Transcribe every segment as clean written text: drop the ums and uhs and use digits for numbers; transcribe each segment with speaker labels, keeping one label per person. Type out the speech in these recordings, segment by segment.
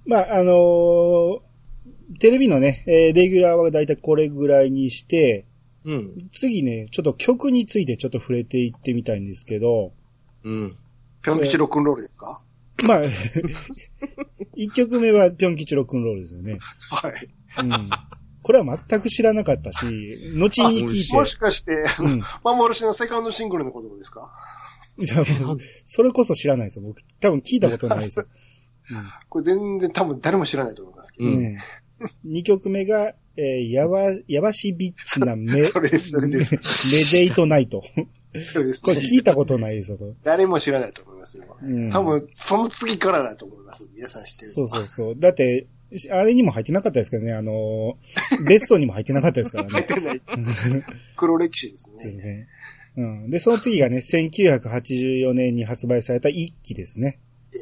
Speaker 1: まあ、テレビのね、レギュラーはだいたいこれぐらいにして、
Speaker 2: うん。
Speaker 1: 次ね、ちょっと曲についてちょっと触れていってみたいんですけど、
Speaker 2: うん。
Speaker 3: ぴょん吉ロックンロールですか？
Speaker 1: まあ、1曲目はぴょん吉ロックンロールですよね。
Speaker 3: はい。
Speaker 1: うん。これは全く知らなかったし、後に聞いて。
Speaker 3: もしかして、幻のセカンドシングルのことですか？
Speaker 1: いや、それこそ知らないですよ、僕。多分聞いたことないですよ。
Speaker 3: これ全然多分誰も知らないと思いますけど。
Speaker 1: 2曲目が、やばしビッチな
Speaker 3: それです、それです。
Speaker 1: メデイトナイト。
Speaker 3: それです。
Speaker 1: これ聞いたことないですよ、これ。
Speaker 3: 誰も知らないと思いますよ。多分、その次からだと思います。皆さん知ってる。
Speaker 1: そうそうそう。だって、あれにも入ってなかったですからね、ベストにも入ってなかったですからね。
Speaker 3: 入ってない。黒歴史ですね。
Speaker 1: ですね。うん。で、その次がね、1984年に発売された一期ですね。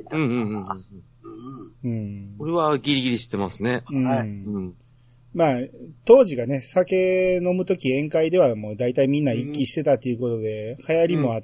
Speaker 2: これはギリギリ知ってますね。
Speaker 3: はい。
Speaker 1: まあ、当時がね、酒飲むとき宴会ではもう大体みんな一期してたということで、流行りもあって、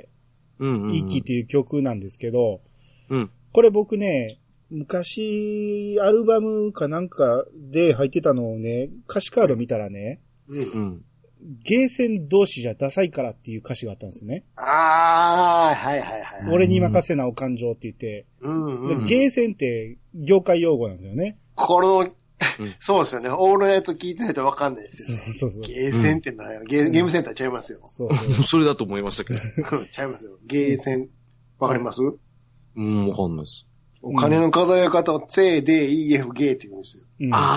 Speaker 1: 一期っていう曲なんですけど、これ僕ね、昔、アルバムかなんかで入ってたのをね、歌詞カード見たらね、ゲーセン同士じゃダサいからっていう歌詞があったんですね。
Speaker 3: はいはいはい。
Speaker 1: 俺に任せなお感情って言って、ゲーセンって業界用語なんですよね。
Speaker 3: この、そうですよね。オールナイト聞いてないとわかんないですよ。
Speaker 1: そうそう。
Speaker 3: ゲーセンって何やろ、ゲームセンターちゃいますよ。
Speaker 1: そう
Speaker 2: それだと思いましたけど。
Speaker 3: ちゃいますよ。ゲーセン、わかります？
Speaker 2: わかんないです。
Speaker 3: お金の数え方を C、D、E、F、G って言うんですよ。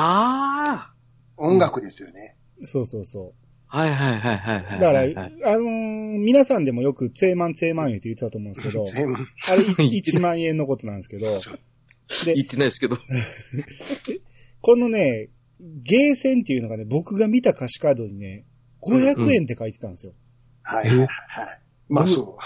Speaker 3: 音楽ですよね。
Speaker 1: そうそうそう。
Speaker 2: はい。だ
Speaker 1: から、皆さんでもよく、ツェーマン言って言ってたと思うんですけど、あれ1万円のことなんですけど、
Speaker 2: 言ってないですけど。
Speaker 1: このね、ゲーセンっていうのがね、僕が見た歌詞カードにね、500円って書いてたんですよ。
Speaker 3: はい。まあそう。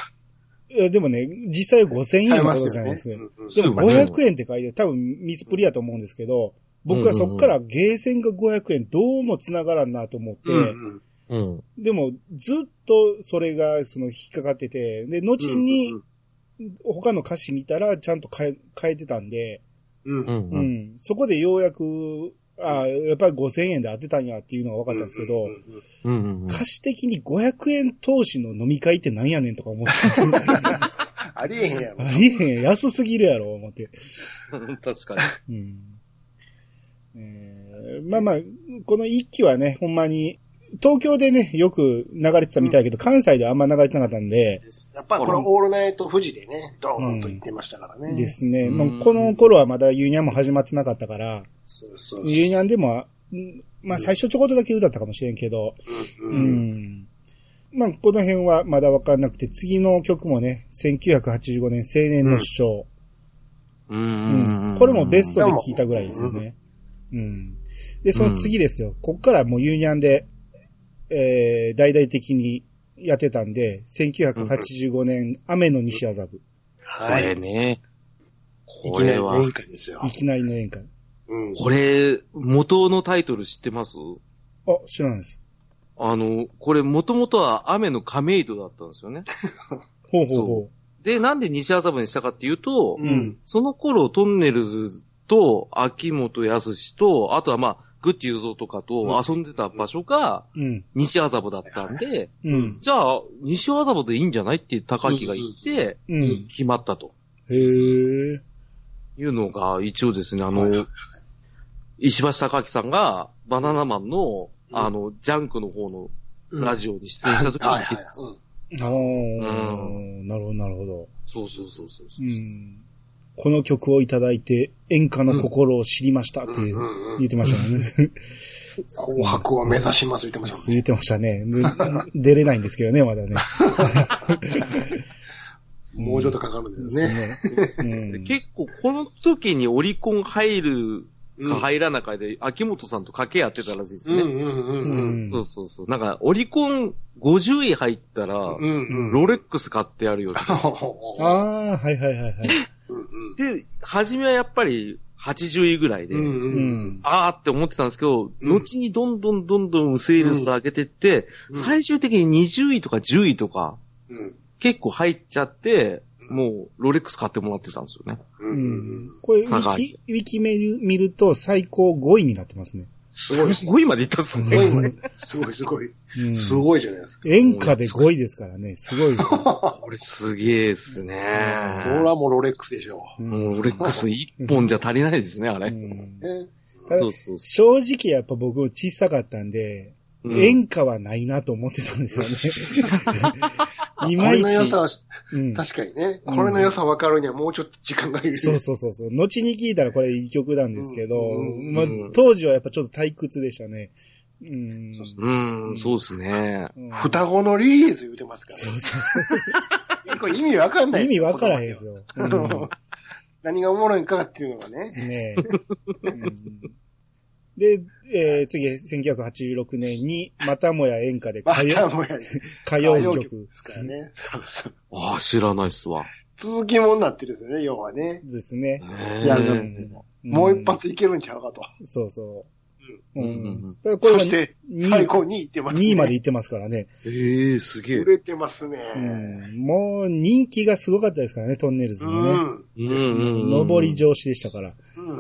Speaker 1: でもね、実際は5000円のことじゃないですか。でも500円って書いて、多分ミスプリやと思うんですけど、僕はそっからゲーセンが500円どうも繋がらんなと思って、でもずっとそれがその引っかかってて、で、後に他の歌詞見たらちゃんと変えてたんで、そこでようやく、やっぱり5000円で当てたんやっていうのが分かったんですけど、歌詞的に500円投資の飲み会ってなんやねんとか思って。
Speaker 3: ありえへんやろ。
Speaker 1: ありえへん。安すぎるやろ、思って。
Speaker 2: 確かに。
Speaker 1: まあまあ、この一期はね、ほんまに、東京でね、よく流れてたみたいだけど、関西ではあんま流れてなかったんで。
Speaker 3: やっぱりこれオールナイト富士でね、ドーンと言ってましたからね。
Speaker 1: ですね。もうこの頃はまだユーニャンも始まってなかったから、ユーニャンでも、まあ最初ちょこっとだけ歌ったかもしれんけど、まあこの辺はまだわかんなくて、次の曲もね、1985年青年の主張。これもベストで聴いたぐらいですよね。で、その次ですよ。こっからもうユーニャンで、大々的にやってたんで、1985年、雨の西麻布。
Speaker 2: これね。
Speaker 3: いきなりの演歌ですよ。
Speaker 1: いきなりの演歌。
Speaker 2: これ、元のタイトル知ってます？
Speaker 1: 知らないです。
Speaker 2: これ元々は雨の亀戸だったんですよね。
Speaker 1: ほう。
Speaker 2: で、なんで西麻布にしたかっていうと、その頃トンネルズと秋元康と、あとはまあ、グッチ雄三とかと遊んでた場所が、西麻布だったんで、じゃあ、西麻布でいいんじゃないって高木が言って、決まったと。いうのが、一応ですね、石橋貴明さんが、バナナマンの、ジャンクの方のラジオに出演した時に言ってたんですよ。な
Speaker 1: るほど。
Speaker 2: そう。
Speaker 1: この曲をいただいて演歌の心を知りましたって言ってましたもんね。
Speaker 3: 紅白を目指します言ってましたもんね。
Speaker 1: 言ってましたね。出れないんですけどね、まだね。
Speaker 3: もうちょっとかかるんですね。
Speaker 2: 結構この時にオリコン入るか入らなかで、秋元さんと掛け合ってたらしいですね。そう。なんか、オリコン50位入ったら、ロレックス買ってやるよ。
Speaker 1: はい。
Speaker 2: で、初めはやっぱり80位ぐらいで、って思ってたんですけど、後にどんどんセールス上げてって、最終的に20位とか10位とか、結構入っちゃって、 もう、ロレックス買ってもらってたんですよね。
Speaker 1: これ、ウィキ見ると最高5位になってますね。
Speaker 3: すごいですね。
Speaker 2: 5位までいったっすね。
Speaker 3: 5位まで。すごいすごい。すごいじゃないですか。
Speaker 1: 演歌で5位ですからね。すごいですよ。
Speaker 2: これすげえっすね。
Speaker 3: これはもうロレックスでしょう。
Speaker 2: もうロレックス1本じゃ足りないですね、あれ。
Speaker 1: そう正直やっぱ僕小さかったんで、演歌はないなと思ってたんですよね。いまいち。これの良さは、
Speaker 3: 確かにね。これの良さ分かるにはもうちょっと時間がいる。
Speaker 1: そう。後に聞いたらこれいい曲なんですけど、当時はやっぱちょっと退屈でしたね。
Speaker 2: そうですね。
Speaker 3: 双子のリリース言うてますから。そう。これ意味分かんない。
Speaker 1: 意味分からへんですよ。
Speaker 3: 何がおもろいんかっていうのがね。
Speaker 1: ねで、次、1986年に、またもや演歌で歌謡曲。ですからね。
Speaker 2: ああ、知らないっすわ。
Speaker 3: 続きもんなってるんですよね、要はね。
Speaker 1: ですね。
Speaker 3: いや、もう一発いけるんちゃうかと。
Speaker 1: そうそう。
Speaker 3: これは最高にいってますね。
Speaker 1: 2位までいってますからね。
Speaker 2: すげえ。
Speaker 3: 売れてますね。
Speaker 1: もう人気がすごかったですからね、トンネルズのね。上り調子でしたから。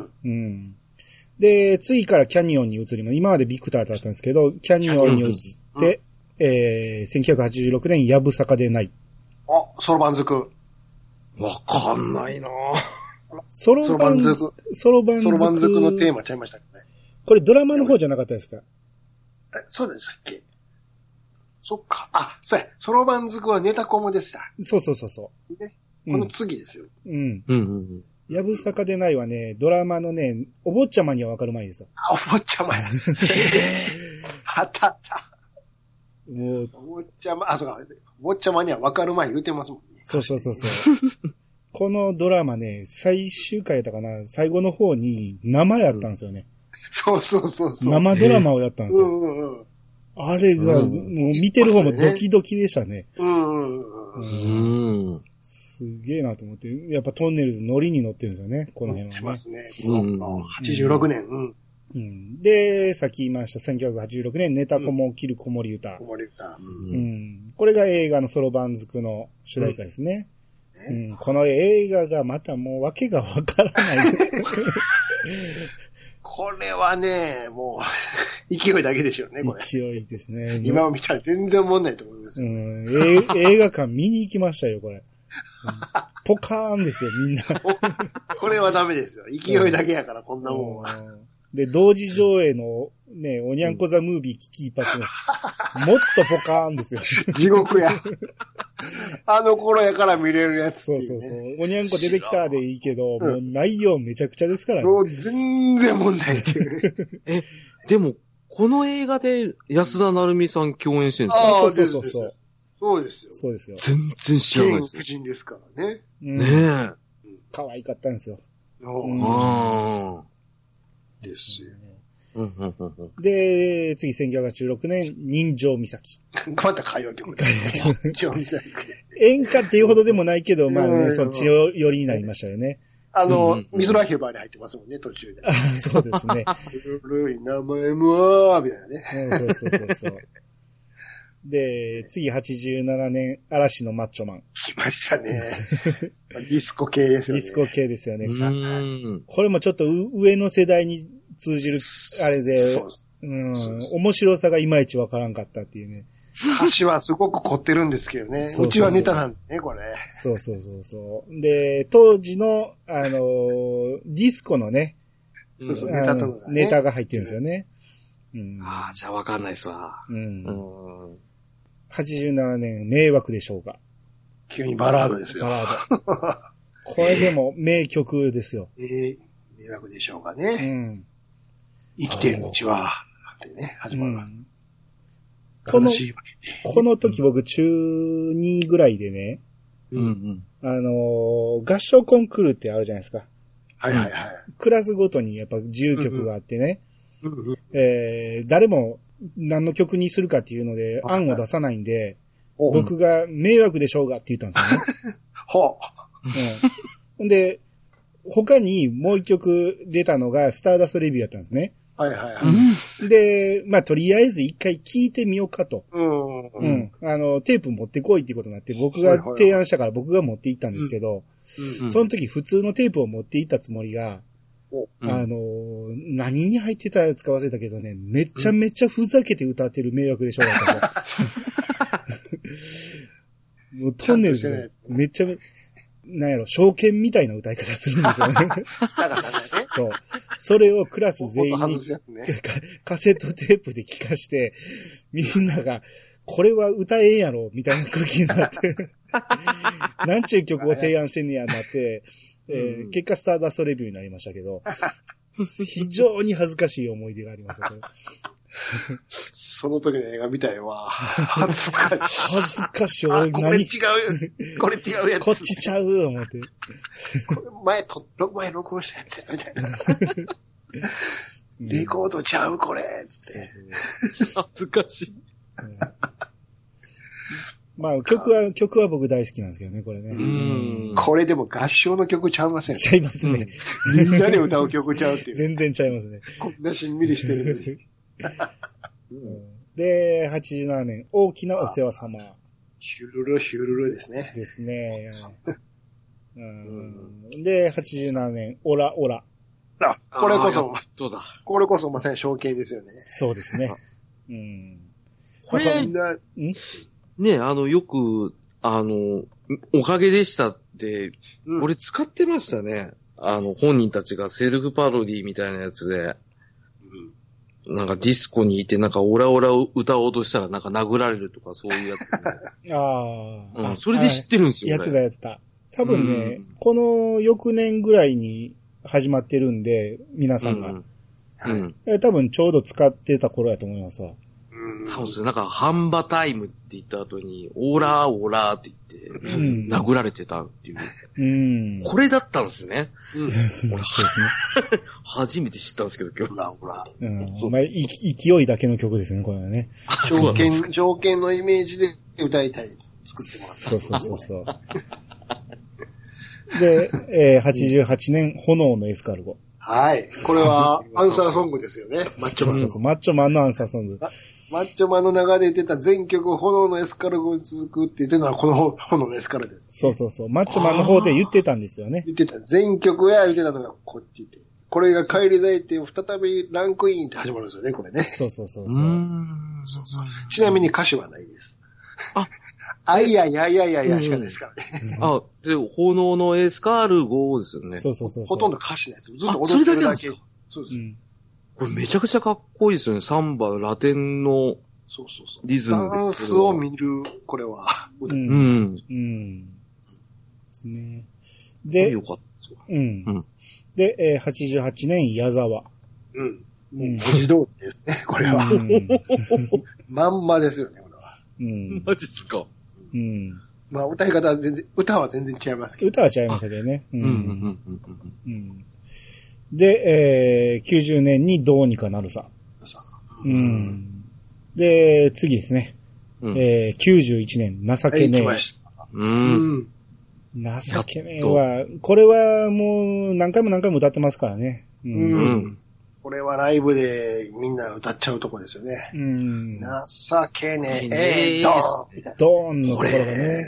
Speaker 1: で、次からキャニオンに移ります。今までビクターだったんですけど、キャニオンに移って、1986年、やぶさかでない。
Speaker 3: ソロバンズク。
Speaker 2: わかんないな
Speaker 1: ソロバンズク
Speaker 3: のテーマちゃいましたっけね。
Speaker 1: これドラマの方じゃなかったですか？
Speaker 3: そうでしたっけ？そっか。そうや。ソロバンズクはネタコムでした。
Speaker 1: そう。
Speaker 3: ね、この次ですよ。
Speaker 1: やぶさかでないはね、ドラマのね、お坊ちゃまにはわかる前ですよ。
Speaker 3: お坊ちゃまや。あった。もう。お坊ちゃま、そうか。お坊ちゃまにはわかる前言うてますもんね。
Speaker 1: そう。このドラマね、最終回やったかな、最後の方に生やったんですよね。
Speaker 3: そう。
Speaker 1: 生ドラマをやったんですよ。あれが、もう見てる方もドキドキでしたね。すげえなと思って。やっぱトンネルズノリに乗ってるんですよね、この辺はね。
Speaker 3: しますね。86年。
Speaker 1: で、さっき言いました1986年、ネタコモ起きる子守歌。これが映画のソロバンズクの主題歌ですね。この映画がまたもう訳がわからない。
Speaker 3: これはね、もう、勢いだけでしょうね、これ。
Speaker 1: 勢いですね。
Speaker 3: 今見たら全然思んないと思いますよ。
Speaker 1: 映画館見に行きましたよ、これ。ポカーンですよ、みんな。
Speaker 3: これはダメですよ。勢いだけやから、こんなもんは。
Speaker 1: で、同時上映のね、おにゃんこザムービー危機一発の、もっとポカーンですよ。
Speaker 3: 地獄や。あの頃やから見れるやつ、
Speaker 1: そう。おにゃんこ出てきたでいいけど、もう内容めちゃくちゃですからね。
Speaker 3: もう全然問題っていう。
Speaker 2: でも、この映画で安田成美さん共演してるんですか？
Speaker 1: そう。
Speaker 3: そうですよ。
Speaker 1: そうですよ。
Speaker 2: 全然知らないですよ。
Speaker 3: 夫人ですからね。
Speaker 2: ねえ。
Speaker 1: 可愛かったんですよ。
Speaker 3: ですよ。
Speaker 1: で、次1986年、人情岬。
Speaker 3: また歌謡曲。人情岬。
Speaker 1: 演歌っていうほどでもないけど、まあね、そっち寄りになりましたよね。
Speaker 3: 美空ひばり入ってますもんね、途中で。
Speaker 1: そうですね。
Speaker 3: 古い名前もみたいなね。
Speaker 1: そう。で、次87年、嵐のマッチョマン。
Speaker 3: 来ましたね。ディスコ系ですよね。
Speaker 1: ディスコ系ですよね。これもちょっと上の世代に通じる、あれで、面白さがいまいちわからんかったっていうね。
Speaker 3: 歌詞はすごく凝ってるんですけどね。うちはネタなんでね、これ。
Speaker 1: そう。で、当時の、ディスコのね、ネタが入ってるんですよね。
Speaker 2: じゃあわかんないっすわ。
Speaker 1: 87年、迷惑でしょうか。
Speaker 3: 急にバラードですよ。
Speaker 1: バラード。これでも名曲ですよ。
Speaker 3: 迷惑でしょうかね。生きてるうちは、ってね、始まるわ。
Speaker 1: この時僕中2ぐらいでね、合唱コンクールってあるじゃないですか。クラスごとにやっぱ自由曲があってね、誰も何の曲にするかっていうので案を出さないんで、僕が迷惑でしょうがって言ったんですよね。ほんで、他にもう一曲出たのがスターダストレビューやったんですね。で、まあとりあえず一回聞いてみようかと。 うん。テープ持ってこいっていうことになって、僕が提案したから僕が持って行ったんですけど、その時普通のテープを持って行ったつもりが、何に入ってたやつか忘れたけどね、めちゃめちゃふざけて歌ってる迷惑でしょうだったもうトンネルズでめっちゃ、なんやろ、証券みたいな歌い方するんですよね。そう。それをクラス全員にカセットテープで聞かして、みんなが、これは歌えんやろみたいな空気になって、なんちゅう曲を提案してんねやなって、結果スターダストレビューになりましたけど、非常に恥ずかしい思い出がありますよ、これ。
Speaker 3: その時の映画見たいわ。恥ずかしい。
Speaker 1: 恥ずかしい。俺
Speaker 3: 何これ違う。これ違うやつ。
Speaker 1: こっちちゃう思って。
Speaker 3: これ前録音したやつや、みたいな。レコードちゃうこれつって。
Speaker 2: 恥ずかしい。
Speaker 1: まあ、曲は僕大好きなんですけどね、これね。
Speaker 3: これでも合唱の曲ちゃいません。
Speaker 1: ちゃいますね。
Speaker 3: みんなで歌う曲ちゃうっていう。
Speaker 1: 全然ちゃいますね。
Speaker 3: こんなしんみりしてるのに。
Speaker 1: で、87年、大きなお世話様。
Speaker 3: ヒュルルヒュルルですね。
Speaker 1: ですね。で、87年、オラオラ。
Speaker 3: あ、これこそ、
Speaker 2: そうだ。
Speaker 3: これこそまさに証券ですよね。
Speaker 1: そうですね。
Speaker 2: これ、ね、よく、おかげでしたって、これ使ってましたね。本人たちがセルフパロディみたいなやつで、なんかディスコにいて、なんかオラオラ歌おうとしたらなんか殴られるとかそういうやつ、ね。それで知ってるんですよ。
Speaker 1: やってた。多分ね、この翌年ぐらいに始まってるんで、皆さんが。多分ちょうど使ってた頃やと思いますわ。
Speaker 2: 多分なんか、ハンバタイムって言った後に、オーラーオーラーって言って、殴られてたっていう。これだったんですね。
Speaker 1: そうですね。
Speaker 2: 初めて知ったんですけど、今日。
Speaker 3: オラ
Speaker 1: まあ、勢いだけの曲ですね、これはね。
Speaker 3: 条件のイメージで歌いたい。作ってもらった。
Speaker 1: そう。で、88年、炎のエスカルゴ。
Speaker 3: はい。これは、アンサーソングですよね。マッチョマン。
Speaker 1: そう。マッチョマンのアンサーソング。
Speaker 3: マッチョマンの中で言ってた全曲、炎のエスカルゴに続くって言ってるのは、この炎のエスカルゴです、
Speaker 1: ね。そう。マッチョマンの方で言ってたんですよね。
Speaker 3: 言ってた。全曲や言ってたのがこっちで。これが帰り咲いて、再びランクインって始まるんですよね、これね。
Speaker 1: そう。
Speaker 3: ちなみに歌詞はないです。あいやしかないですからね。
Speaker 2: で、炎のエスカルゴですよね。
Speaker 1: そう。
Speaker 3: ほとんど歌詞ないです。ずっと踊ってるだけ。
Speaker 2: そうです。これめちゃくちゃかっこいいですよね。サンバ、ラテンのリズムで。
Speaker 3: ダンスを見る、これは。
Speaker 1: ですね。で、
Speaker 2: よかった。
Speaker 1: で、88年、矢沢。
Speaker 3: もう文字通りですね、これは。まんまですよね、これは。
Speaker 2: マジっすか。
Speaker 3: まあ、歌い方は歌は全然違いますけど。
Speaker 1: 歌は違いましたけどね。で、90年にどうにかなるさ。で、次ですね。91年、情けねえ。情けねえは、これはもう何回も歌ってますからね。
Speaker 3: これはライブでみんな歌っちゃうとこですよね。情けねえ、
Speaker 1: ドーンのところがね。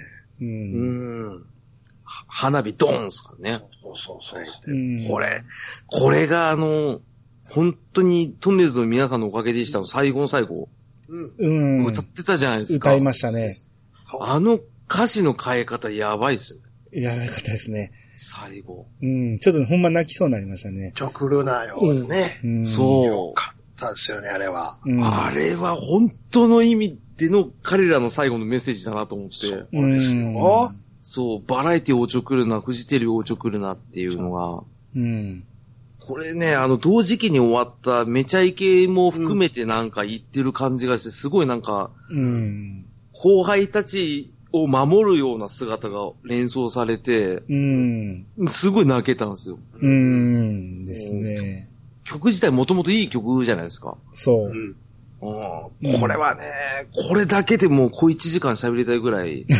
Speaker 2: 花火ドーンですからね。
Speaker 3: そう。
Speaker 2: これが本当にトンネルズの皆さんのおかげでしたの最後の最後。歌ってたじゃないですか。
Speaker 1: 歌いましたね。
Speaker 2: 歌詞の変え方やばいっすよ
Speaker 1: ね。やばかったですね。
Speaker 2: 最後。
Speaker 1: ちょっとほんま泣きそうになりましたね。
Speaker 3: チョクルナよね。
Speaker 2: そう。
Speaker 3: よかったですよね、あれは。
Speaker 2: あれは本当の意味での彼らの最後のメッセージだなと思って。
Speaker 3: そうですよ。
Speaker 2: そう、バラエティ王朝来るな、フジテレビ王朝来るなっていうのが。これね、同時期に終わっためちゃイケも含めてなんか言ってる感じがして、すごいなんか、後輩たちを守るような姿が連想されて、すごい泣けたんですよ。
Speaker 1: ですね。
Speaker 2: 曲自体もともといい曲じゃないですか。
Speaker 1: そう。
Speaker 2: これはね、これだけでもう1時間喋りたいぐらい。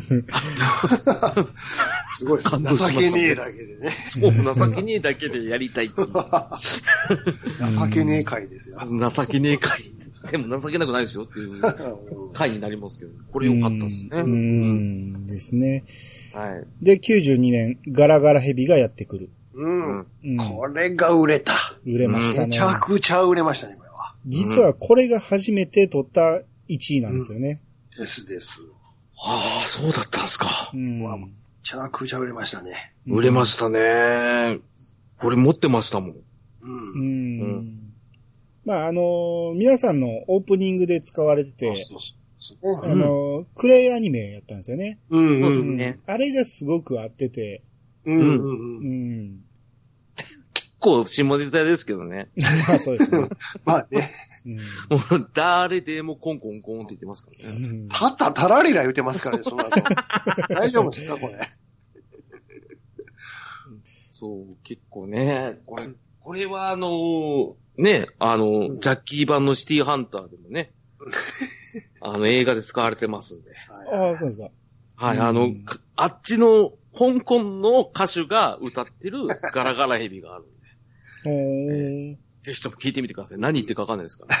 Speaker 3: すごい感動しました。情けねえだけでね。
Speaker 2: そう、情けねえだけでやりたいっていう。
Speaker 3: 情けねえ会ですよ。
Speaker 2: 情けねえ会。 でも情けなくないですよっていう回になりますけど、これ良かったですね。
Speaker 1: ですね。
Speaker 2: はい。
Speaker 1: で、92年、ガラガラヘビがやってくる。
Speaker 3: これが売れた。
Speaker 1: 売れましたね。
Speaker 3: めちゃくちゃ売れましたね、これは。
Speaker 1: 実はこれが初めて取った1位なんですよね。
Speaker 3: です。
Speaker 2: ああ、そうだったんですか。
Speaker 3: めちゃくちゃ売れましたね。
Speaker 2: 売れましたね。これ持ってましたもん。
Speaker 1: まあ、皆さんのオープニングで使われてて、クレイアニメやったんですよね。
Speaker 2: そうですね。
Speaker 1: あれがすごく合ってて、
Speaker 2: 結構下ネタですけどね。
Speaker 1: まあそうですね。
Speaker 3: まあね。
Speaker 2: もう誰でもコンコンコンって言ってますからね。
Speaker 3: タラリラ言ってますからね、その後。大丈夫ですか、これ。
Speaker 2: そう、結構ね、これはね、ジャッキー版のシティハンターでもね、映画で使われてますんで。
Speaker 1: ああ、そうですか。
Speaker 2: はい、あっちの香港の歌手が歌ってるガラガラヘビがあるんで。ぜひとも聞いてみてください。何言ってるかわかんないですから。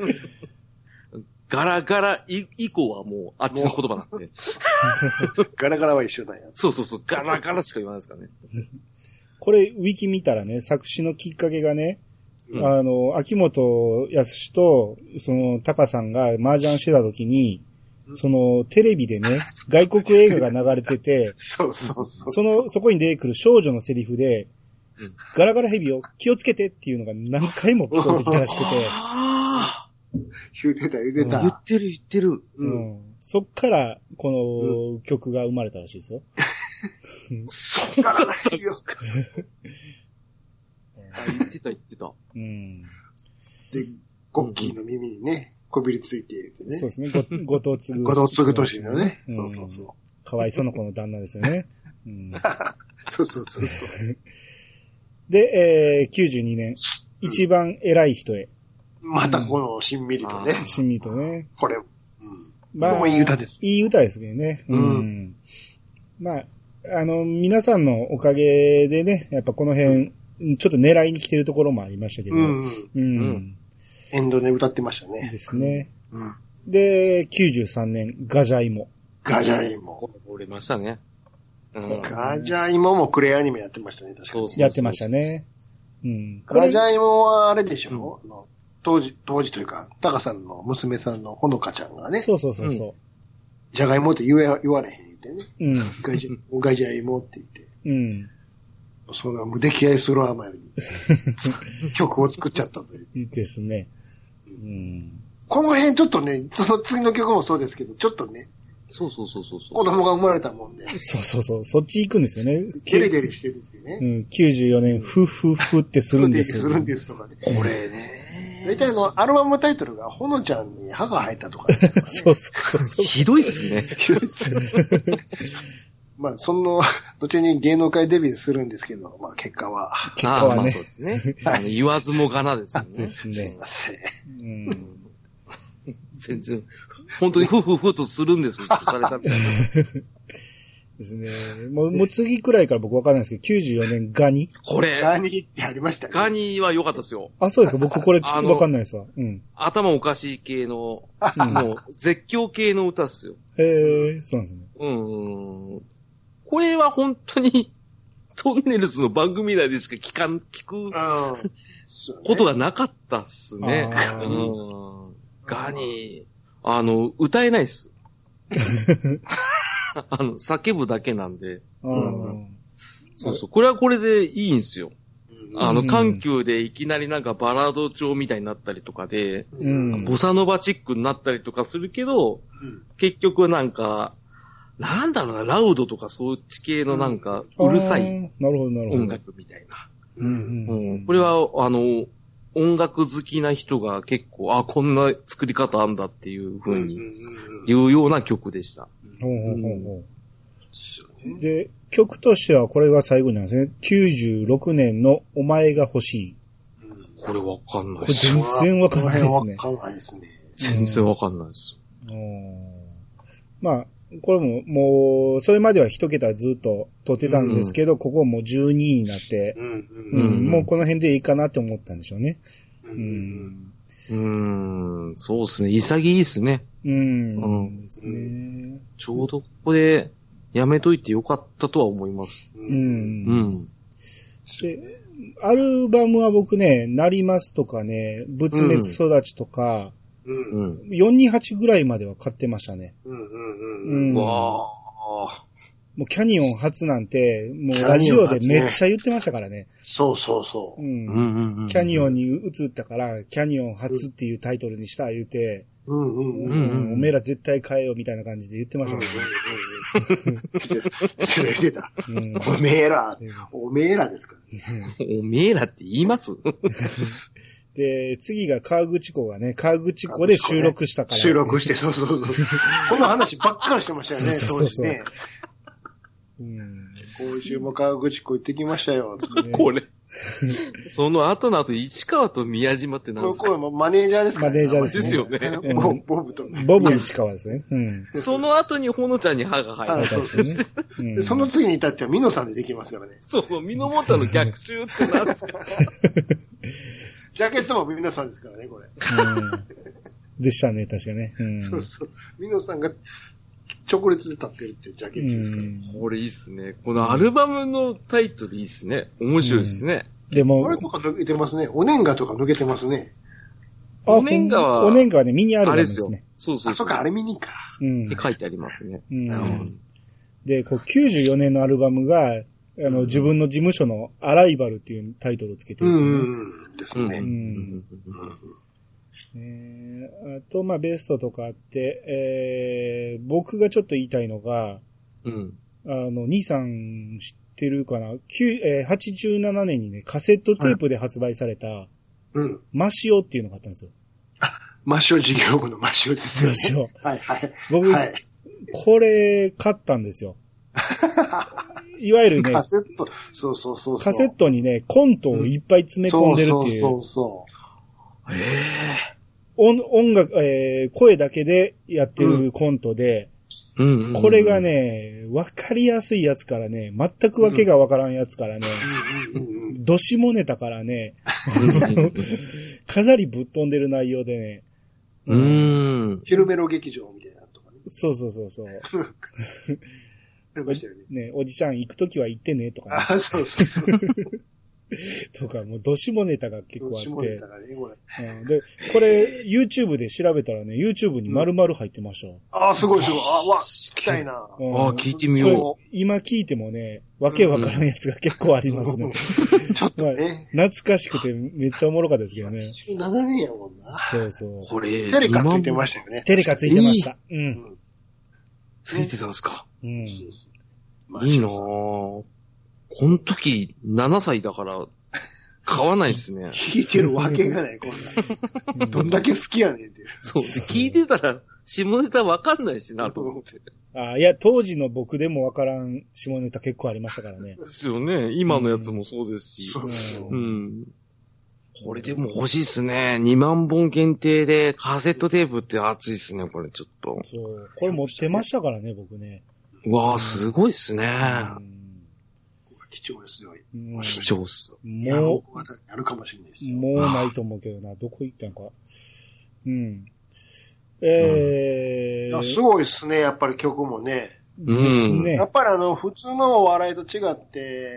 Speaker 2: ガラガラ以降はもうあっちの言葉なんで。
Speaker 3: ガラガラは一緒なんや。
Speaker 2: そう。ガラガラしか言わないですからね。
Speaker 1: これ、ウィキ見たらね、作詞のきっかけがね、秋元康と、タカさんが麻雀してた時に、テレビでね、外国映画が流れてて、
Speaker 3: そ
Speaker 1: こに出てくる少女のセリフで、ガラガラヘビを気をつけてっていうのが何回も聞こえてきたらしくて。
Speaker 3: 言ってた。
Speaker 2: 言ってる。
Speaker 1: そっから、この曲が生まれたらしいですよ。
Speaker 3: そうなんですよ。
Speaker 2: 言ってた。
Speaker 3: で、ゴッキーの耳にね、こびりついていてね。
Speaker 1: そうですね。後藤継ぐ。
Speaker 3: 後藤継ぐ年のね。そう。
Speaker 1: かわいそうな子の旦那ですよね。
Speaker 3: そう。
Speaker 1: で、92年、一番偉い人へ。
Speaker 3: またこの、しんみりとね。
Speaker 1: しんみりとね。
Speaker 3: これ、まあ、いい歌です。
Speaker 1: いい歌ですけどね。まあ、皆さんのおかげでね、やっぱこの辺、ちょっと狙いに来てるところもありましたけど。
Speaker 3: エンドで歌ってましたね。
Speaker 1: ですね。で、93年、ガジャイモ。
Speaker 2: 売れましたね。
Speaker 3: ガジャイモもクレアニメやってましたね、確かに。
Speaker 1: やってましたね。
Speaker 3: ガジャイモはあれでしょ、当時というか、タカさんの娘さんのほのかちゃんがね。
Speaker 1: そう。
Speaker 3: じゃがいもって言われへん言ってね。ガジャイモって言って。それはもう溺愛するあまり、曲を作っちゃったという。
Speaker 1: いいですね。
Speaker 3: この辺ちょっとね、その次の曲もそうですけど、ちょっとね。
Speaker 2: そう。子
Speaker 3: 供が生まれたもんで。
Speaker 1: そう。そっち行くんですよね。
Speaker 3: デリデリしてるっていうね。
Speaker 1: 94年、ふってするんですよ。
Speaker 3: するんですとかね。
Speaker 2: これね。
Speaker 3: 大体アルバムタイトルが、ほのちゃんに歯が生えたとか、ね。
Speaker 1: そう。
Speaker 2: ひどいっすね。
Speaker 3: まあ、後に芸能界デビューするんですけど、まあ、結果は
Speaker 1: ね。
Speaker 2: そうですね。言わずもがなですよね。
Speaker 1: ですね。
Speaker 3: すいません。
Speaker 2: 全然、本当にふとするんですとされたみたいな。
Speaker 1: ですね。もう次くらいから僕わかんないですけど、94年ガニ？
Speaker 2: これ。
Speaker 3: ガニってありましたね。
Speaker 2: ガニは良かったですよ。
Speaker 1: あ、そうですか。僕これわかんないですわ。
Speaker 2: 頭おかしい系の、もう絶叫系の歌っすよ。
Speaker 1: へえ、そうなんですね。
Speaker 2: これは本当に、トンネルズの番組内でしか聞くことがなかったっすね。ガニ、歌えないっす。叫ぶだけなんで。そう。これはこれでいいんすよ。緩急でいきなりなんかバラード調みたいになったりとかで、ボサノバチックになったりとかするけど、結局なんか、なんだろうな、ラウドとかそっち系のなんか、うるさい音楽みたいな。これは、音楽好きな人が結構、こんな作り方あんだっていう風に言うような曲でした。
Speaker 1: で、曲としてはこれが最後なんですね。96年のお前が欲しい。
Speaker 2: これわかんないです。
Speaker 1: 全然わかんないですね。
Speaker 2: 全然わかんないです。
Speaker 1: まあ、これもう、それまでは一桁ずっと取ってたんですけど、ここもう12位になって、もうこの辺でいいかなって思ったんでしょうね。
Speaker 2: そうですね。潔いですね。
Speaker 1: ですね。
Speaker 2: ちょうどここでやめといてよかったとは思います。
Speaker 1: で、アルバムは僕ね、なりますとかね、仏滅育ちとか、428ぐらいまでは買ってましたね。
Speaker 2: わ
Speaker 1: ー。もうキャニオン初なんて、もうラジオでめっちゃ言ってましたからね。
Speaker 3: そうそうそう。
Speaker 1: キャニオンに移ったから、キャニオン初っていうタイトルにした言うて、おめえら絶対買えよみたいな感じで言ってましたからね。
Speaker 3: 言ってた。おめえらですから。
Speaker 2: おめえらって言います
Speaker 1: で、次が川口湖がね、川口湖で収録したから、ね。
Speaker 3: 収録して、そうそうそう。この話ばっかりしてましたよね、当時ね。今週も川口湖行ってきましたよ。
Speaker 2: これ。その後の後、市川と宮島って何ですか？
Speaker 3: これマネージャーですか？
Speaker 1: マネージャーです
Speaker 2: ですよね。
Speaker 3: ボブと。
Speaker 1: ボブ市川ですね。
Speaker 2: その後にほのちゃんに歯が入ったんです
Speaker 3: ね。その次に至ってはミノさんでできますからね。
Speaker 2: そうそう、ミノモンタの逆襲って何ですか？
Speaker 3: ジャケットもミノさんですからね、これ。
Speaker 1: でしたね、確かね。
Speaker 3: そうそう。ミノさんが直列で立ってるっていうジャケットですから。
Speaker 2: これいいっすね。このアルバムのタイトルいいっすね。面白いっすね。
Speaker 1: でも、
Speaker 3: これとか抜けてますね。お年賀とか抜けてますね。
Speaker 2: お年賀は
Speaker 1: ね、ミニアルバムですね。
Speaker 2: そうそう。
Speaker 3: あ、そうか、あれミニか。
Speaker 2: って書いてありますね。
Speaker 1: で、94年のアルバムが、自分の事務所のアライバルっていうタイトルをつけてる、
Speaker 3: ですね。
Speaker 1: あと、まあ、ベストとかあって、僕がちょっと言いたいのが、兄さん知ってるかな、87年にね、カセットテープで発売された、マシオっていうのがあったんですよ。
Speaker 3: マシオ事業部のマシオですよね。マシオ。はいはい。
Speaker 1: 僕、これ買ったんですよ。いわゆるね、
Speaker 3: カセット、そうそうそう。
Speaker 1: カセットにね、コントをいっぱい詰め込んでるっていう。
Speaker 3: そうそう。
Speaker 1: 音楽、声だけでやってるコントで、これがね、わかりやすいやつからね、全くわけがわからんやつからね、どしもネタからね、かなりぶっ飛んでる内容でね。
Speaker 3: ヒルベロ劇場みたいなとかね。
Speaker 1: そうそうそうそう。
Speaker 3: ありましたよね。
Speaker 1: ね、おじちゃん行くときは行ってね、とか、ね。
Speaker 3: あ、そうそうそう。
Speaker 1: とか、もう、どしもネタが結構あって。
Speaker 3: どしもネタがね、これ。
Speaker 1: で、これ、YouTube で調べたらね、YouTube に丸々入ってました。
Speaker 3: あ、すごいすごい。聞きたいな。
Speaker 2: 聞いてみよ
Speaker 1: う。今聞いてもね、わけわからんやつが結構ありますね。
Speaker 3: ちょっとね。
Speaker 1: 懐かしくてめっちゃおもろかったですけどね。
Speaker 3: 7年やもんな。
Speaker 1: そうそう。
Speaker 2: これ、
Speaker 3: テレカついてましたよね。
Speaker 1: テレカついてました。
Speaker 2: ついてたんですか。
Speaker 1: い
Speaker 2: いなぁ。この時、7歳だから、買わないですね。
Speaker 3: 聞いてるわけがない、こんな。どんだけ好きやねんって。
Speaker 2: そう、聞いてたら、下ネタわかんないしなと思って。
Speaker 1: いや、当時の僕でもわからん下ネタ結構ありましたからね。
Speaker 2: ですよね。今のやつもそうですし。これでも欲しいっすね。2万本限定でカセットテープって熱いっすね、これちょっと。
Speaker 1: そう。これ持ってましたからね、僕ね。
Speaker 2: うわぁ、すごいっすね。
Speaker 3: 貴重ですよ。
Speaker 2: 貴重っす。
Speaker 3: もう、あるかもしれないですよ。
Speaker 1: もうないと思うけどな、どこ行ったんか。
Speaker 3: すごいっすね、やっぱり曲もね。
Speaker 1: ですね。
Speaker 3: やっぱり普通のお笑いと違って、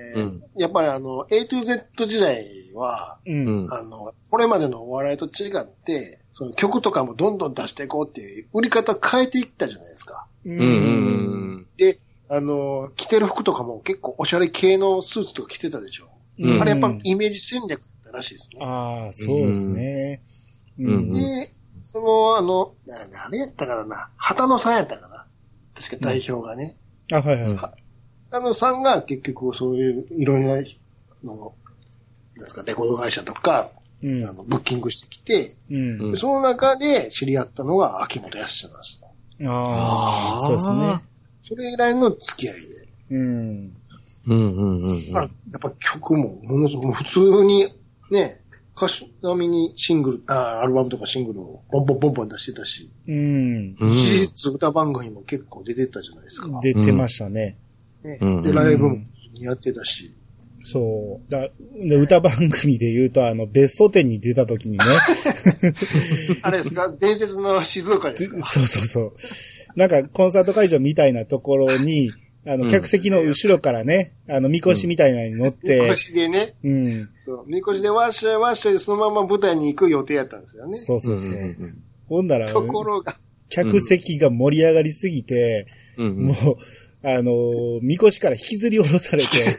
Speaker 3: やっぱりA to Z 時代は、これまでのお笑いと違って、その曲とかもどんどん出していこうっていう売り方変えていったじゃないですか。で、着てる服とかも結構おしゃれ系のスーツとか着てたでしょ。あれやっぱイメージ戦略だったらしいですね。
Speaker 1: ああ、そうですね。
Speaker 3: で、あれやったからな、畑野さんやったかな。確か代表がね。
Speaker 1: はいはい。
Speaker 3: 畑野さんが結局そういういろいろなですか、レコード会社とか、ブッキングしてきて、その中で知り合ったのが秋元康なんです
Speaker 1: よ。ああ、そうですね。
Speaker 3: それ以来の付き合いで。やっぱ曲も、普通にね、歌手並みにアルバムとかシングルをポンポン出してたし、事実歌番組も結構出てたじゃないですか。
Speaker 1: 出てましたね。
Speaker 3: で、ライブもやってたし。
Speaker 1: そう。で、歌番組で言うと、ベスト10に出た時にね。
Speaker 3: あれですか、伝説の静岡ですか？
Speaker 1: そうそうそう。なんか、コンサート会場みたいなところに、客席の後ろからね、みこしみたいなのに乗って。
Speaker 3: みこしでね。うん。そう。みこしでワッシャーワッシャーでそのまま舞台に行く予定やったんですよね。
Speaker 1: そうそうそう。ほんなら、
Speaker 3: ところが。
Speaker 1: 客席が盛り上がりすぎて、もう、みこしから引きずり下ろされて、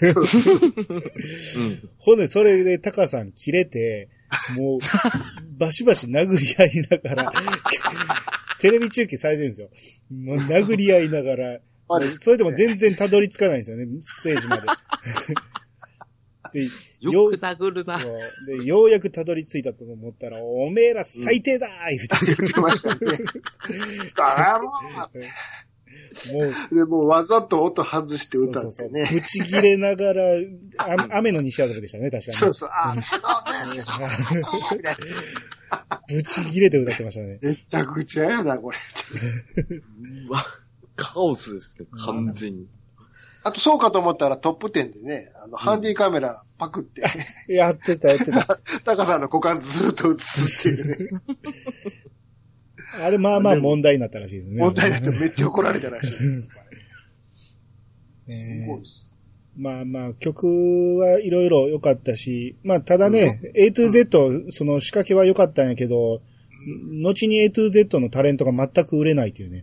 Speaker 1: ほんで、それでタカさん切れて、もう、バシバシ殴り合いながら、テレビ中継されてるんですよ。もう殴り合いながら、それでも全然たどり着かないんですよね、ステージまで。
Speaker 2: でよく殴るな。
Speaker 1: で、ようやくたどり着いたと思ったら、おめえら最低だー言
Speaker 3: ってましたね。だろでもうわざと音外して歌ってね。そう
Speaker 1: ぶち切れながら、雨の西麻布でしたね、確かに。
Speaker 3: そうそう、
Speaker 1: ぶち切れて歌ってましたね。
Speaker 3: めちゃくちゃやな、これ。
Speaker 2: うわ、カオスですね、完全に。
Speaker 3: あと、そうかと思ったらトップ10でね、ハンディカメラパクって。
Speaker 1: やってた。
Speaker 3: タカさんの股間ずっと映すっていうね。
Speaker 1: あれ、まあまあ問題になったらしいですね。
Speaker 3: 問題になってめっちゃ怒られたらしい。
Speaker 1: まあまあ、曲はいろいろ良かったし、まあただね、A to Z、その仕掛けは良かったんやけど、後に A to Z のタレントが全く売れないっていうね。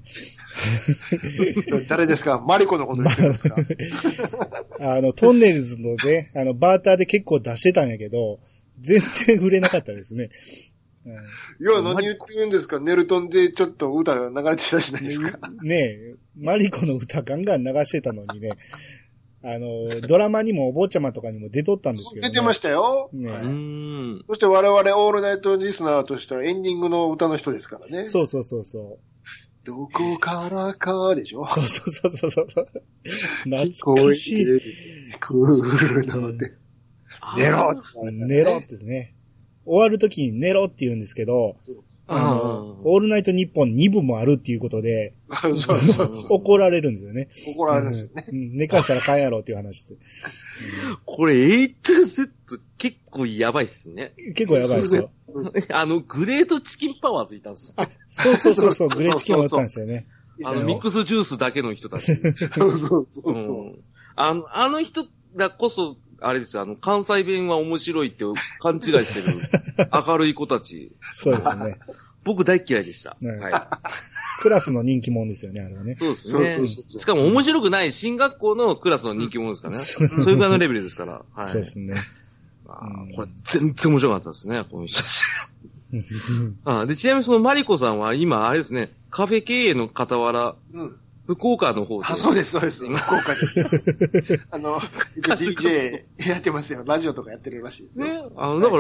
Speaker 3: 誰ですか？マリコのこと言ってるんですか？
Speaker 1: トンネルズのね、バーターで結構出してたんやけど、全然売れなかったですね。
Speaker 3: いや、何言ってるんですか？ネルトンでちょっと歌が流れてたじゃないですか。
Speaker 1: ねえ、マリコの歌ガンガン流してたのにね、ドラマにもお坊ちゃまとかにも出とったんですけど、ね。
Speaker 3: 出てましたよ。
Speaker 1: ね
Speaker 3: はい、そして我々オールナイトリスナーとしてはエンディングの歌の人ですからね。
Speaker 1: そう。
Speaker 3: どこからかでしょ？
Speaker 1: そう。懐かしい。
Speaker 3: クールので。寝ろ
Speaker 1: ってね。終わるときに寝ろって言うんですけど、オールナイトニッポン2部もあるっていうことで、怒られるんですよね。
Speaker 3: 怒られるんですよね。
Speaker 1: 寝かしたらかんやろっていう話です。
Speaker 2: これ A to Z 結構やばいっすね。
Speaker 1: 結構やばいですよ。
Speaker 2: グレートチキンパワーズいたんですよ。
Speaker 1: あ、そう、グレートチキンもあったんですよね。
Speaker 2: ミックスジュースだけの人たち。
Speaker 3: そう。
Speaker 2: あの人らこそ、あれですよ、関西弁は面白いって勘違いしてる明るい子たち。
Speaker 1: そうですね。
Speaker 2: 僕大嫌いでした。はい。
Speaker 1: クラスの人気者ですよね、あれはね。
Speaker 2: そうですね。しかも面白くない進学校のクラスの人気者ですからね。そういうぐらいのレベルですから。はい。
Speaker 1: そうですね。
Speaker 2: これ全然面白かったですね、この人たち。で、ちなみにそのマリコさんは今、あれですね、カフェ経営の傍ら、福岡の方で。
Speaker 3: そうです。福岡で。DJ やってますよ。ラジオとかやってるらしいですね。
Speaker 2: だから、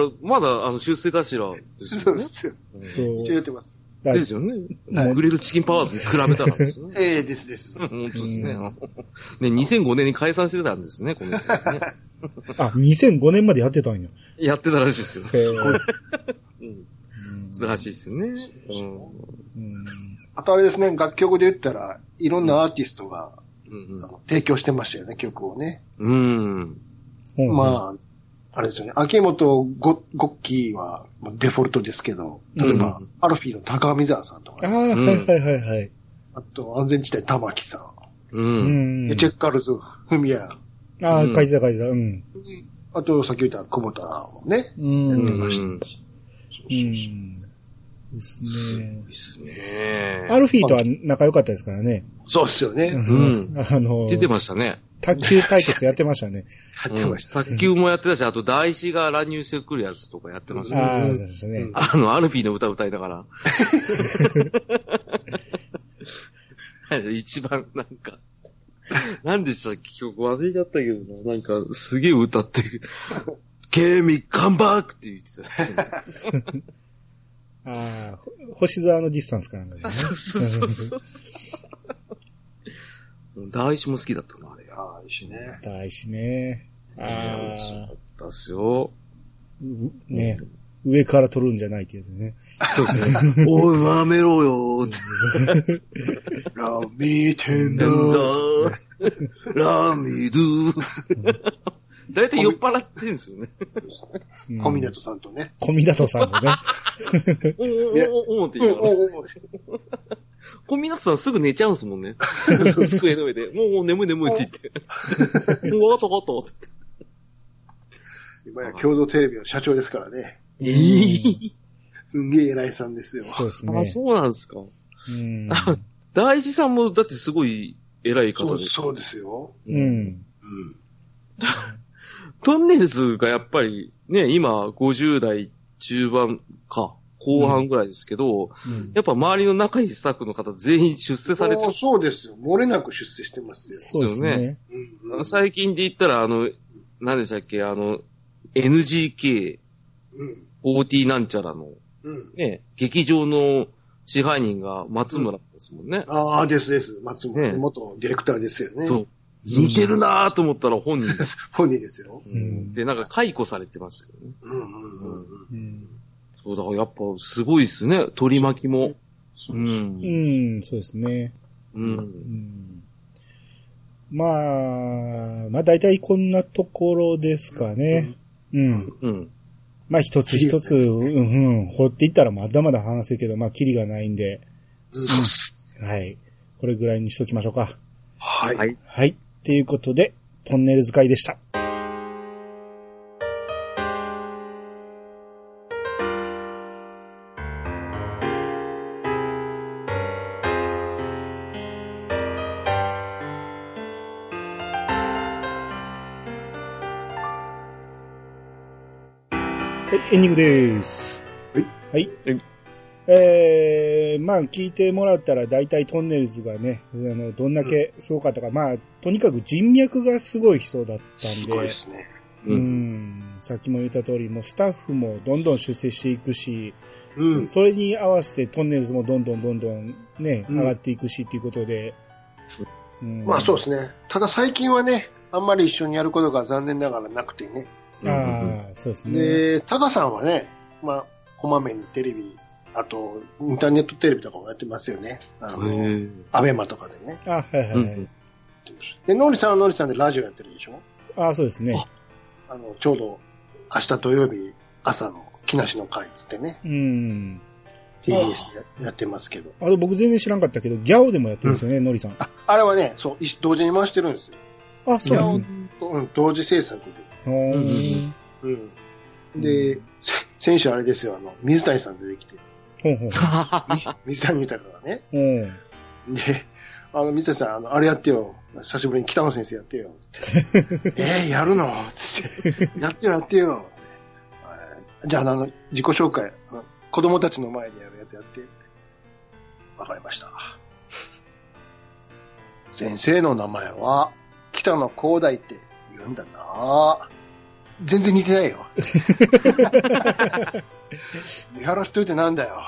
Speaker 2: まだ、出世頭ですよね。
Speaker 3: そうですよ。一応やってます。
Speaker 2: ですよね。グレートチキンパワーズに比べたらですね。
Speaker 3: です。
Speaker 2: 本当ですね。ね、2005年に解散してたんですね、この人ね。
Speaker 1: 2005年までやってたんや。
Speaker 2: やってたらしいですよ。素晴らしいですね。
Speaker 3: あとあれですね、楽曲で言ったら、いろんなアーティストが、提供してましたよね、曲をね。まあ、あれですよね、秋元ゴッキーはデフォルトですけど、例えば、アルフィーの高見沢さんとか、
Speaker 1: はい。
Speaker 3: あと、安全地帯玉木さん。チェッカーズ、フミヤ。
Speaker 1: 書いてた。
Speaker 3: あと、さっき言った久保田もね、やってましたし。
Speaker 1: ですね。アルフィーとは仲良かったですからね。
Speaker 3: そうですよね。
Speaker 2: 出てましたね。
Speaker 1: 卓球対決やってましたね。
Speaker 2: 卓球もやってたし、あと大師が乱入してくるやつとかやってましたね。
Speaker 1: そうですね。
Speaker 2: アルフィーの歌歌いながら。一番なんか、何でしたっけ曲忘れちゃったけどな。なんか、すげえ歌ってる。ケミカンバークって言ってたですね。
Speaker 1: 星沢のディスタンスかなんかね。
Speaker 2: そう。大師も好きだったな、あれ。
Speaker 1: 大師ね。
Speaker 2: 面白かったっすよ。
Speaker 1: ね。上から撮るんじゃないってやつね。
Speaker 2: そうですね。おい、なめろよーって。
Speaker 3: ラミテンダ
Speaker 2: ー。ラミドゥー。 だいたい酔っ払ってるんですよね。
Speaker 3: 小湊さんとね。
Speaker 1: 小湊さんとね。
Speaker 2: おーって言いながら。小湊さんすぐ寝ちゃうんですもんね。机の上で。もう眠いって言って。もうわかったって言って。
Speaker 3: 今や共同テレビの社長ですからね。すんげえ偉いさんですよ。
Speaker 1: そうですね。
Speaker 2: あ、そうなんですか。大地さんもだってすごい偉い方です。
Speaker 3: そうですよ。
Speaker 2: トンネルズがやっぱりね、今50代中盤か、後半ぐらいですけど、やっぱ周りの仲いいスタッフの方全員出世されてる。
Speaker 3: そうですよ。漏れなく出世してますよ。
Speaker 1: そうですね。
Speaker 2: 最近で言ったら何でしたっけ、NGK、OT なんちゃらの、ね、劇場の支配人が松村ですもんね。
Speaker 3: ああ、です。松村、元ディレクターですよね。
Speaker 2: そう。似てるなぁと思ったら本人です。
Speaker 3: 本人ですよ。
Speaker 2: で、なんか解雇されてましたよね。そうだからやっぱすごいですね。取り巻きも。
Speaker 1: そうですね。まあ大体こんなところですかね。まあ一つ一つ、掘っていったらまだまだ話せるけど、まあキリがないんで。
Speaker 3: そうっす。
Speaker 1: はい。これぐらいにしときましょうか。
Speaker 3: はい。
Speaker 1: はい。ということで、トンネルズ会でした。エンディングです。はい。まあ聞いてもらったら大体トンネルズがね、どんだけすごかったか、まあとにかく人脈がすごい人だったんで。す
Speaker 3: ごいですね。
Speaker 1: さっきも言った通り、もうスタッフもどんどん出世していくし、それに合わせてトンネルズもどんどんね、上がっていくしっていうことで。
Speaker 3: まあそうですね。ただ最近はね、あんまり一緒にやることが残念ながらなくてね。
Speaker 1: そうですね。
Speaker 3: で、タカさんはね、まあ、こまめにテレビ、あと、インターネットテレビとかもやってますよね。アベマとかでね。で、ノリさんはノリさんでラジオやってるでしょ？
Speaker 1: そうですね。
Speaker 3: ちょうど、明日土曜日朝の木梨の会つってね。TBS でやってますけど。
Speaker 1: 僕全然知らんかったけど、ギャオでもやってるんですよね、ノリさん。
Speaker 3: あれはね、そう、同時に回してるんですよ。
Speaker 1: そうですね。
Speaker 3: 同時制作で。で、先週あれですよ、水谷さん出てきて。水谷豊がね。で、水谷さん、あれやってよ。久しぶりに北野先生やってよ。やるのつって。やってよ。じゃあ、自己紹介、子供たちの前でやるやつやって。わかりました。先生の名前は、北野光大って言うんだな。全然似てないよ。見晴らしといてなんだよ。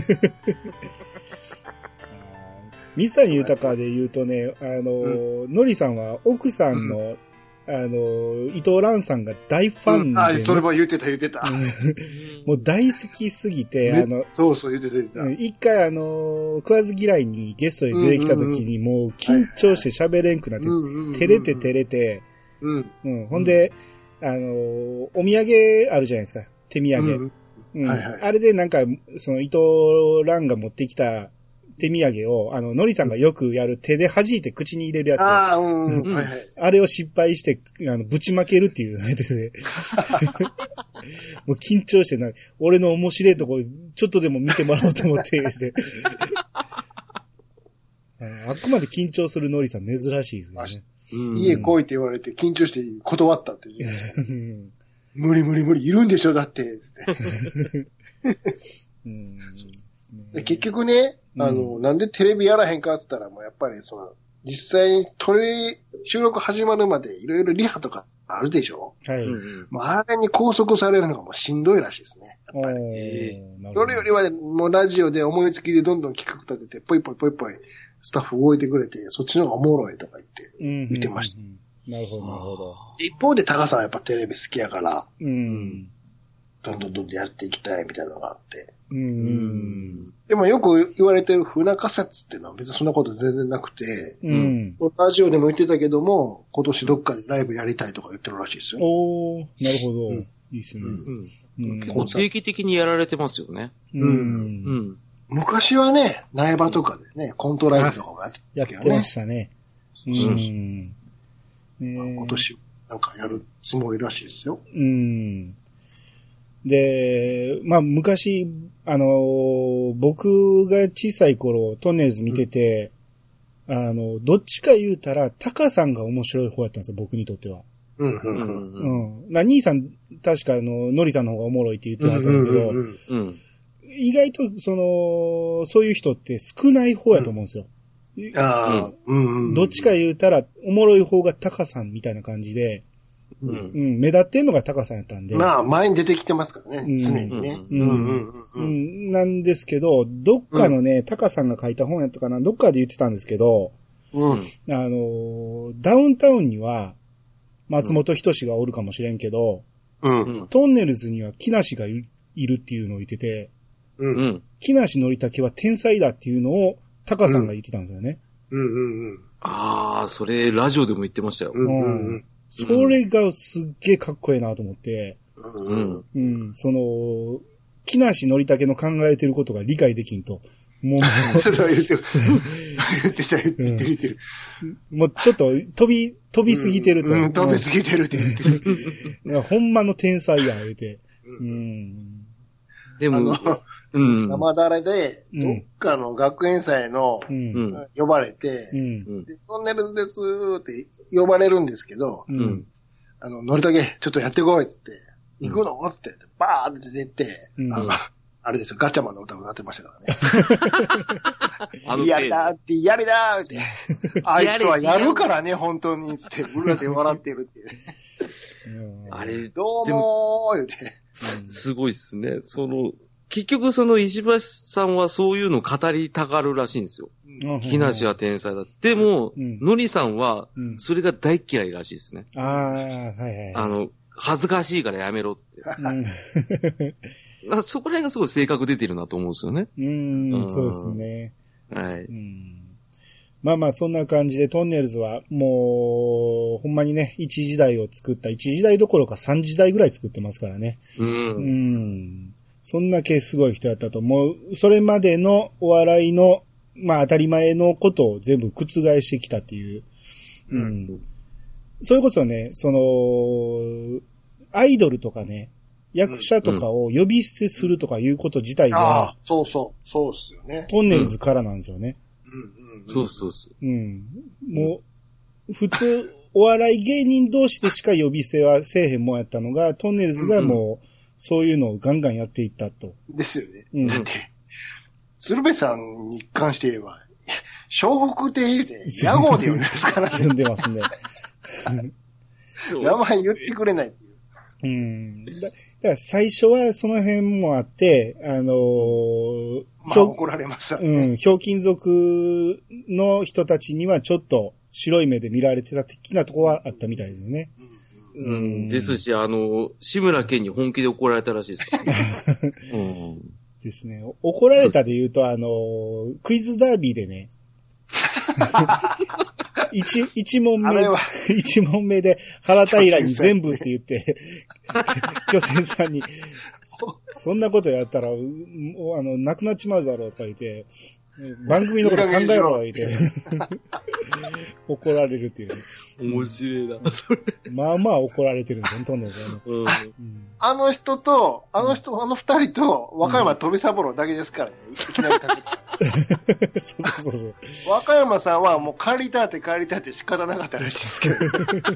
Speaker 1: 水谷豊で言うとね、のりさんは奥さんの、伊藤蘭さんが大ファンで、ね。
Speaker 3: それも言ってた。
Speaker 1: もう大好きすぎて、
Speaker 3: そう言ってた。
Speaker 1: 一回食わず嫌いにゲストに出てきた時にもう緊張して喋れんくなって、照れて、ほんで、お土産あるじゃないですか。手土産。あれでなんか、その伊藤蘭が持ってきた手土産を、のりさんがよくやる手で弾いて口に入れるやつ。あれを失敗して、ぶちまけるっていうね。もう緊張して俺の面白いとこ、ちょっとでも見てもらおうと思って。あくまで緊張するのりさん珍しいですよね。
Speaker 3: 家来いって言われて緊張して断ったっていう。無理、いるんでしょだって。結局ね、なんでテレビやらへんかって言ったら、もうやっぱり実際に収録始まるまでいろいろリハとかあるでしょ？はい。あれに拘束されるのがもうしんどいらしいですね。やっぱり。それよりはもうラジオで思いつきでどんどん企画立てて、ぽいスタッフ動いてくれて、そっちの方がおもろいとか言って見てました。
Speaker 1: なるほど。
Speaker 3: 一方で高さんはやっぱテレビ好きやから、どんどんやっていきたいみたいなのがあって。 でもよく言われてる不仲説っていうのは別にそんなこと全然なくて、ラジオでも言ってたけども、今年どっかでライブやりたいとか言ってるらしいですよ。
Speaker 1: おー、なるほど。いいですね。
Speaker 2: 結構定期的にやられてますよね。
Speaker 3: 昔はね、苗場とかでね、コントライブとかもやってたんですけどね。
Speaker 1: やってましたね。
Speaker 3: 今年なんかやるつもりらしいですよ。
Speaker 1: で、まあ昔、僕が小さい頃、トンネルズ見てて、どっちか言うたら、タカさんが面白い方やったんですよ、僕にとっては。兄さん、確かノリさんの方がおもろいって言ってたんだけど、意外と、そういう人って少ない方やと思うんですよ。どっちか言うたら、おもろい方がタカさんみたいな感じで、目立ってんのがタカさんやったんで。
Speaker 3: まあ、前に出てきてますからね、常にね。
Speaker 1: なんですけど、どっかのね、タカさんが書いた本やったかな、どっかで言ってたんですけど、ダウンタウンには、松本人志がおるかもしれんけど、トンネルズには木梨がいるっていうのを言ってて、木梨憲武は天才だっていうのをタカさんが言ってたんですよね。
Speaker 2: ああ、それラジオでも言ってましたよ。
Speaker 1: それがすっげえかっこいいなと思って、木梨憲武の考えてることが理解できんと。もう、
Speaker 3: それは言ってる。
Speaker 1: もうちょっと飛びすぎてると。
Speaker 3: 飛びすぎてるって言ってる。
Speaker 1: ほんまの天才や、言うて。
Speaker 2: でも、
Speaker 3: 生だれで、どっかの学園祭の、呼ばれて、でトンネルズですって呼ばれるんですけど、のりたけ、ちょっとやってこいっつって、行くのつって、バーって出てって、あれですよ、ガチャマンの歌を歌ってましたからね。やりだーって、やりだーって。あいつはやるからね、本当に、つって、裏で笑ってるっていう。
Speaker 2: あれ、
Speaker 3: どうもー、言うて。
Speaker 2: すごいっすね。結局石橋さんはそういうのを語りたがるらしいんですよ。木梨は天才だ。でも、のりさんは、それが大嫌いらしいですね。恥ずかしいからやめろって。そこら辺がすごい性格出てるなと思うんですよね。
Speaker 1: そうですね。
Speaker 2: はい。
Speaker 1: まあまあ、そんな感じで、トンネルズは、もう、ほんまにね、一時代を作った、一時代どころか3時代ぐらい作ってますからね。そんだけすごい人やったと思う。それまでのお笑いの、まあ当たり前のことを全部覆してきたっていう。それこそね、アイドルとかね、役者とかを呼び捨てするとかいうこと自体が、
Speaker 3: そうっすよね。
Speaker 1: トンネルズからなんですよね。
Speaker 2: そう。
Speaker 1: もう、普通、お笑い芸人同士でしか呼び捨てはせえへんもんやったのが、トンネルズがもう、そういうのをガンガンやっていったと。
Speaker 3: ですよね。だって、鶴瓶さんに関して言えば、笑福亭言うて、屋号で呼んでますからね。
Speaker 1: 呼んでますね。
Speaker 3: 名前言ってくれないっていう。
Speaker 1: だから最初はその辺もあって、
Speaker 3: 怒られました。
Speaker 1: ひょうきん族の人たちにはちょっと白い目で見られてた的なとこはあったみたいですね。
Speaker 2: ですし、志村けんに本気で怒られたらしいですからね。
Speaker 1: ですね。怒られたで言うと、クイズダービーでね、一問目で原平に全部って言って、巨泉さんに、そんなことやったら、なくなっちまうだろうとか言って、番組のこと考えろ言って、怒られるっていう、ね。
Speaker 2: 面白いな。
Speaker 1: まあまあ怒られてるんですよね、トンネルズはね。
Speaker 3: あの二人と、和歌山飛三郎だけですからね、いきなりかけて。そう。和歌山さんはもう帰りたって仕方なかったらしいですけど。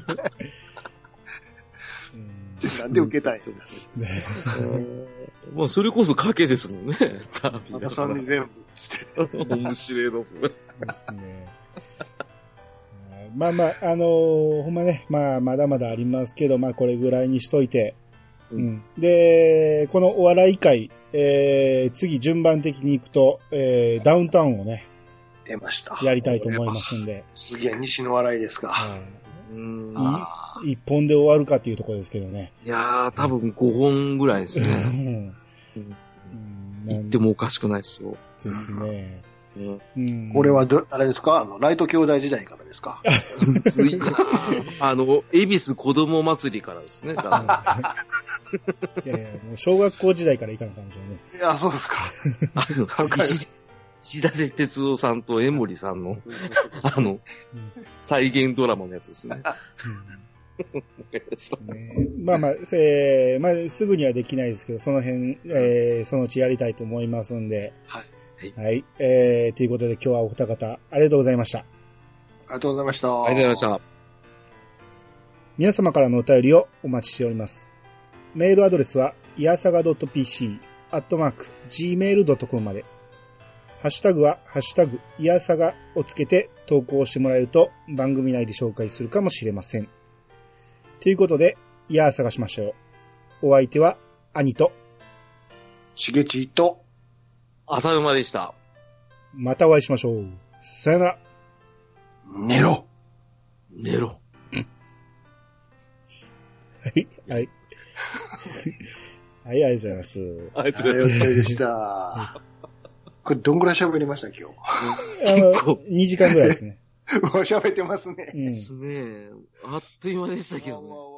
Speaker 3: なんで受けたい
Speaker 2: まあ、それこそ賭けですもんね。
Speaker 3: 和田さんに全部して。
Speaker 2: 面白いな、それ。
Speaker 1: ですね。まあまあ、ほんまね、まあ、まだまだありますけど、まあ、これぐらいにしといて。で、このお笑い界、次順番的に行くと、ダウンタウンをね、
Speaker 3: 出ました。
Speaker 1: やりたいと思いますんで。
Speaker 3: 次は西の笑いですか。
Speaker 1: 一本で終わるかっていうところですけどね。
Speaker 2: いやー、多分5本ぐらいですね。 言ってもおかしくないですよ。
Speaker 1: ですね。
Speaker 3: これはあれですかライト兄弟時代からですか
Speaker 2: 恵比寿子供祭りからですね。
Speaker 1: いやいや、もう小学校時代からいかな感じよね。
Speaker 3: いや、そうですか。
Speaker 2: 石田哲夫さんと江森さんの、再現ドラマのやつですね。
Speaker 1: まあまあ、すぐにはできないですけど、その辺、そのうちやりたいと思いますんで。
Speaker 3: はい。
Speaker 1: はい。ということで今日はお二方、ありがとうございました。
Speaker 3: ありがとうございました。
Speaker 2: ありがとうございました。
Speaker 1: 皆様からのお便りをお待ちしております。メールアドレスは、いやさが .pc@gmail.com まで。ハッシュタグは、ハッシュタグ、いやさがをつけて投稿してもらえると番組内で紹介するかもしれません。ということで、いやさがしましたよ。お相手は、兄と、
Speaker 3: しげちと、
Speaker 2: 浅馬でした。
Speaker 1: またお会いしましょう。さよなら。
Speaker 3: 寝ろ。
Speaker 2: 寝ろ。
Speaker 1: はい、はい。はい、ありがとうございます。
Speaker 2: ありがとうございます。
Speaker 3: お疲れでした。これどんぐらい喋りました今日。
Speaker 1: 結構。2時間ぐらいですね。
Speaker 3: もう喋ってますね。
Speaker 2: ですね。あっという間でしたけどね。